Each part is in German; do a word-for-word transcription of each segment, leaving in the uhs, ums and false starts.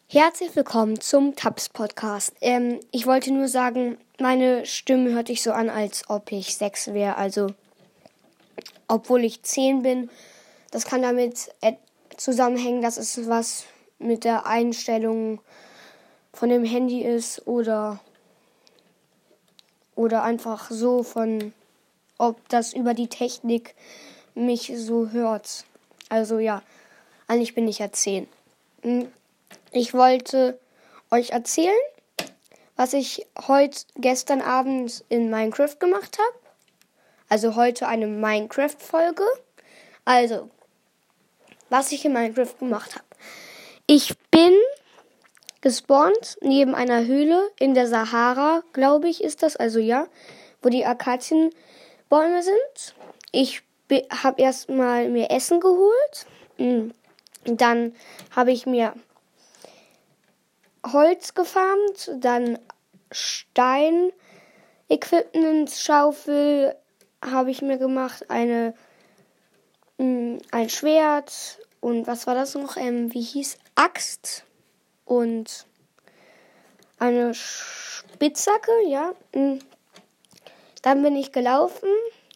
Herzlich willkommen zum Taps Podcast. Ähm, ich wollte nur sagen, meine Stimme hört sich so an, als ob ich sechs wäre. Also, obwohl ich zehn bin. Das kann damit zusammenhängen, dass es was mit der Einstellung von dem Handy ist oder, oder einfach so von, ob das über die Technik mich so hört. Also ja, eigentlich bin ich ja zehn. Ich wollte euch erzählen, was ich heute, gestern Abend in Minecraft gemacht habe. Also heute eine Minecraft-Folge. Also, was ich in Minecraft gemacht habe. Ich bin gespawnt neben einer Höhle in der Sahara, glaube ich, ist das. Also ja, wo die Akazienbäume sind. Ich habe erstmal mir Essen geholt. Dann habe ich mir Holz gefarmt, dann Stein, Equipment, Schaufel habe ich mir gemacht, eine mh, ein Schwert und was war das noch? Ähm, wie hieß Axt und eine Spitzhacke, ja. Dann bin ich gelaufen.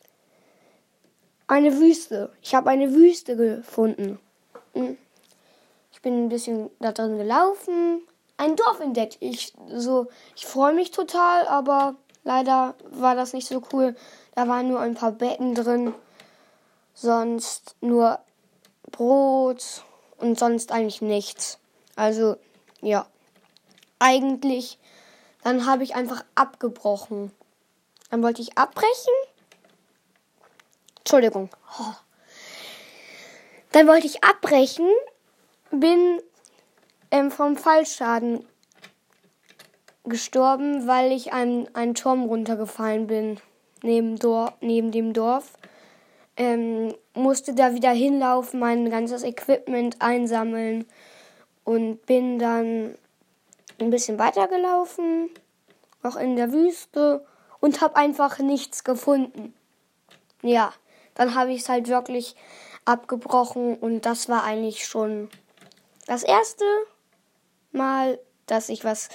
Eine Wüste. Ich habe eine Wüste gefunden. Ich bin ein bisschen da drin gelaufen. Ein Dorf entdeckt. Ich so, ich freue mich total, aber leider war das nicht so cool. Da waren nur ein paar Betten drin, sonst nur Brot und sonst eigentlich nichts. Also ja, eigentlich, dann habe ich einfach abgebrochen. Dann wollte ich abbrechen. Entschuldigung. Oh. Dann wollte ich abbrechen, bin Ähm, vom Fallschaden gestorben, weil ich an einen Turm runtergefallen bin, neben, Dor- neben dem Dorf. Ähm, musste da wieder hinlaufen, mein ganzes Equipment einsammeln und bin dann ein bisschen weitergelaufen, auch in der Wüste, und habe einfach nichts gefunden. Ja, dann habe ich es halt wirklich abgebrochen und das war eigentlich schon das erste Mal, dass ich was,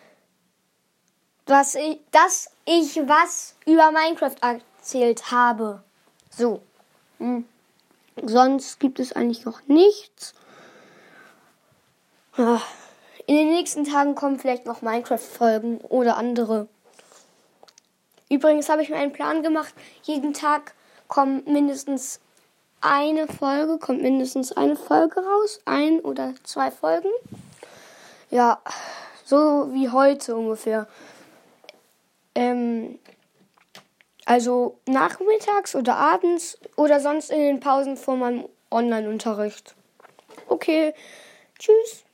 was ich, dass ich was über Minecraft erzählt habe. So. Hm. Sonst gibt es eigentlich noch nichts. In den nächsten Tagen kommen vielleicht noch Minecraft-Folgen oder andere. Übrigens habe ich mir einen Plan gemacht. Jeden Tag kommt mindestens eine Folge, kommt mindestens eine Folge raus. Ein oder zwei Folgen. Ja, so wie heute ungefähr. Ähm, also nachmittags oder abends oder sonst in den Pausen vor meinem Online-Unterricht. Okay, tschüss.